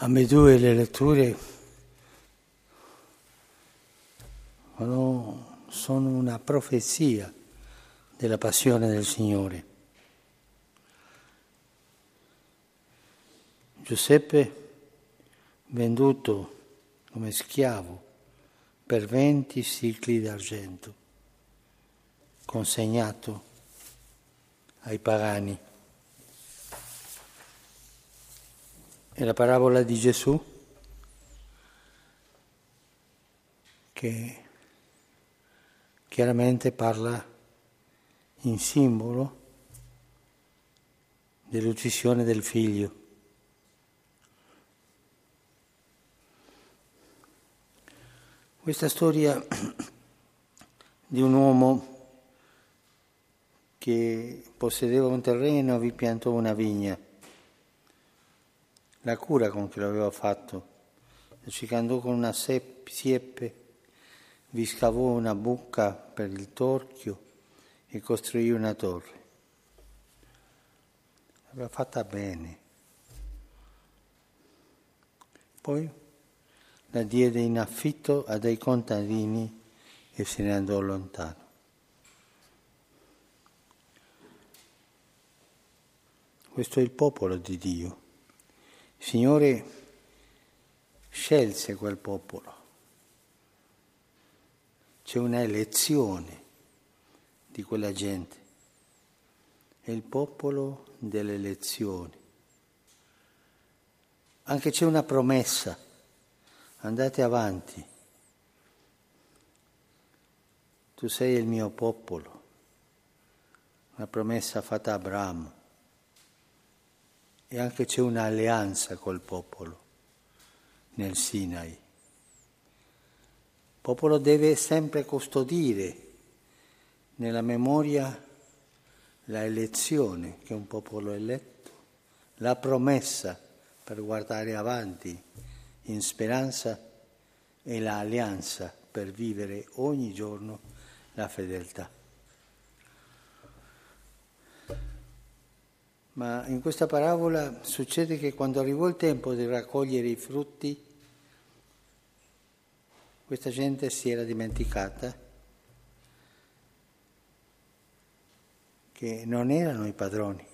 Ambedue le letture sono una profezia della passione del Signore. Giuseppe, venduto come schiavo per 20 sicli d'argento, consegnato ai pagani. E la parabola di Gesù che chiaramente parla in simbolo dell'uccisione del figlio. Questa storia di un uomo che possedeva un terreno e vi piantò una vigna. La cura con che lo aveva fatto, ci andò con una siepe, vi scavò una buca per il torchio e costruì una torre. L'aveva fatta bene. Poi la diede in affitto a dei contadini e se ne andò lontano. Questo è il popolo di Dio. Il Signore scelse quel popolo. C'è una elezione di quella gente. È il popolo delle elezioni. Anche c'è una promessa. Andate avanti. Tu sei il mio popolo. Una promessa fatta a Abramo. E anche c'è un'alleanza col popolo nel Sinai. Il popolo deve sempre custodire nella memoria la elezione, che è un popolo eletto, la promessa per guardare avanti in speranza e l'alleanza per vivere ogni giorno la fedeltà. Ma in questa parabola succede che quando arrivò il tempo di raccogliere i frutti, questa gente si era dimenticata che non erano i padroni.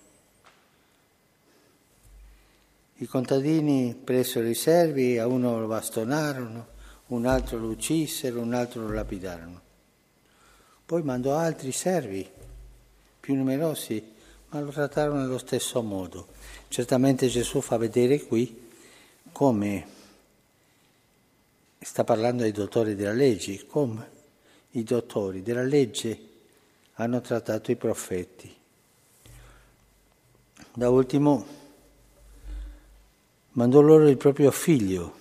I contadini presero i servi, a uno lo bastonarono, un altro lo uccisero, un altro lo lapidarono. Poi mandò altri servi, più numerosi, ma lo trattarono nello stesso modo. Certamente Gesù fa vedere qui come sta parlando ai dottori della legge, come i dottori della legge hanno trattato i profeti. Da ultimo mandò loro il proprio figlio,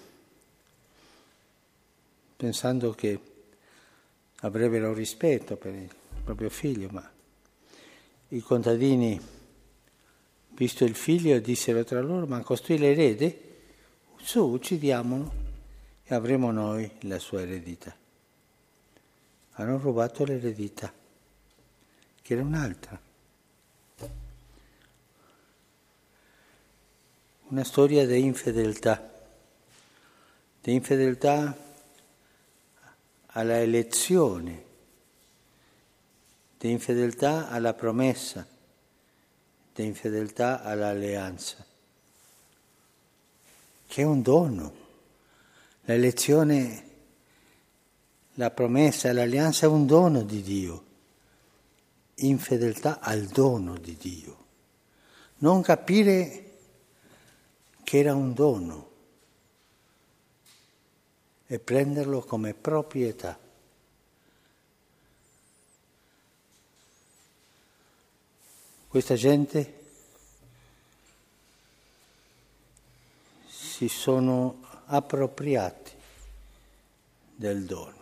pensando che avrebbero rispetto per il proprio figlio, ma i contadini, visto il figlio, dissero tra loro: ma costui l'erede? Su, uccidiamolo e avremo noi la sua eredità. Hanno rubato l'eredità, che era un'altra. Una storia di infedeltà alla elezione, di infedeltà alla promessa, di infedeltà all'alleanza, che è un dono. L'elezione, la promessa, l'alleanza è un dono di Dio. Infedeltà al dono di Dio. Non capire che era un dono e prenderlo come proprietà. Questa gente si sono appropriati del dono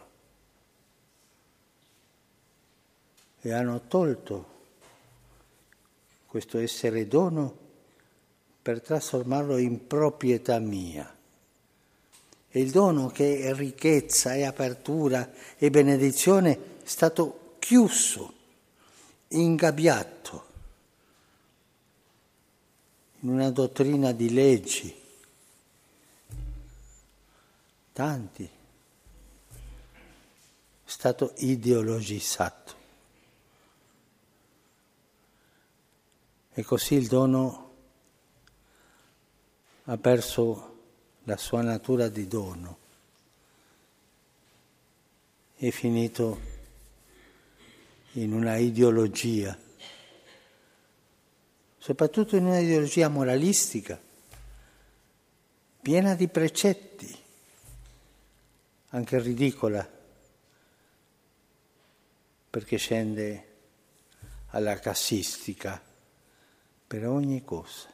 e hanno tolto questo essere dono per trasformarlo in proprietà mia. E il dono, che è ricchezza, è apertura, è benedizione, è stato chiuso, ingabbiato in una dottrina di leggi tanti, è stato ideologizzato. E così il dono ha perso la sua natura di dono, è finito in una ideologia, soprattutto in una ideologia moralistica, piena di precetti, anche ridicola, perché scende alla cassistica per ogni cosa.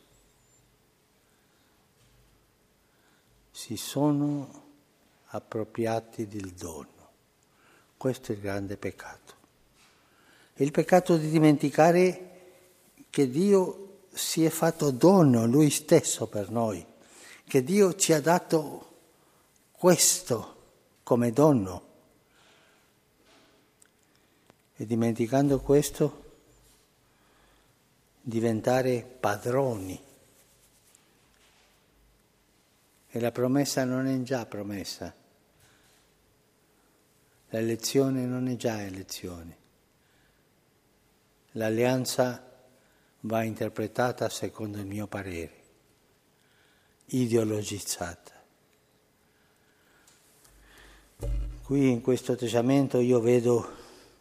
Si sono appropriati del dono. Questo è il grande peccato. È il peccato di dimenticare che Dio si è fatto dono Lui stesso per noi, che Dio ci ha dato questo come dono. E dimenticando questo, diventare padroni. E la promessa non è già promessa. L'elezione non è già elezione. L'alleanza va interpretata secondo il mio parere, ideologizzata. Qui in questo testamento io vedo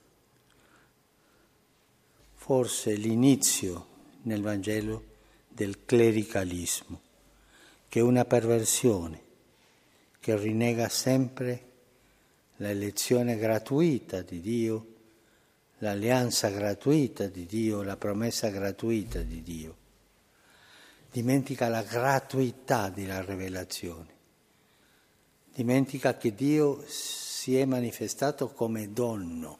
forse l'inizio nel Vangelo del clericalismo, che è una perversione che rinnega sempre l'elezione gratuita di Dio, l'alleanza gratuita di Dio, la promessa gratuita di Dio. Dimentica la gratuità della rivelazione. Dimentica che Dio si è manifestato come dono.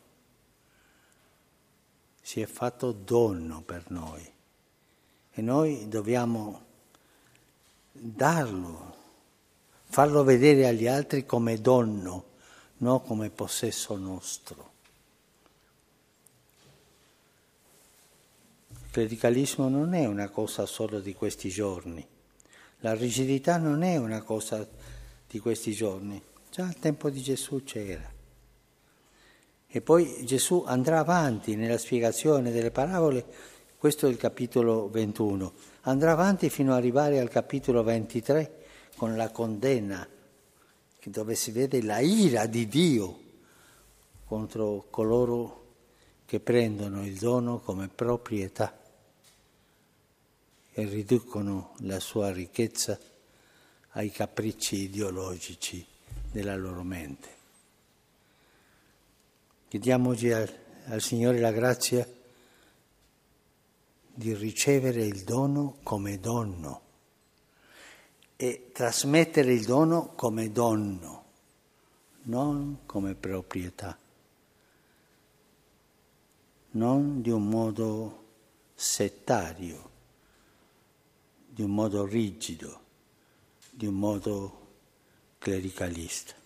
Si è fatto dono per noi. E noi dobbiamo darlo, farlo vedere agli altri come dono, non come possesso nostro. Il clericalismo non è una cosa solo di questi giorni, la rigidità non è una cosa di questi giorni, già al tempo di Gesù c'era. E poi Gesù andrà avanti nella spiegazione delle parabole, questo è il capitolo 21, andrà avanti fino ad arrivare al capitolo 23 con la condanna, dove si vede la ira di Dio contro coloro che prendono il dono come proprietà e riducono la sua ricchezza ai capricci ideologici della loro mente. Chiediamoci al Signore la grazia di ricevere il dono come dono e trasmettere il dono come dono, non come proprietà, non di un modo settario, di un modo rigido, di un modo clericalista.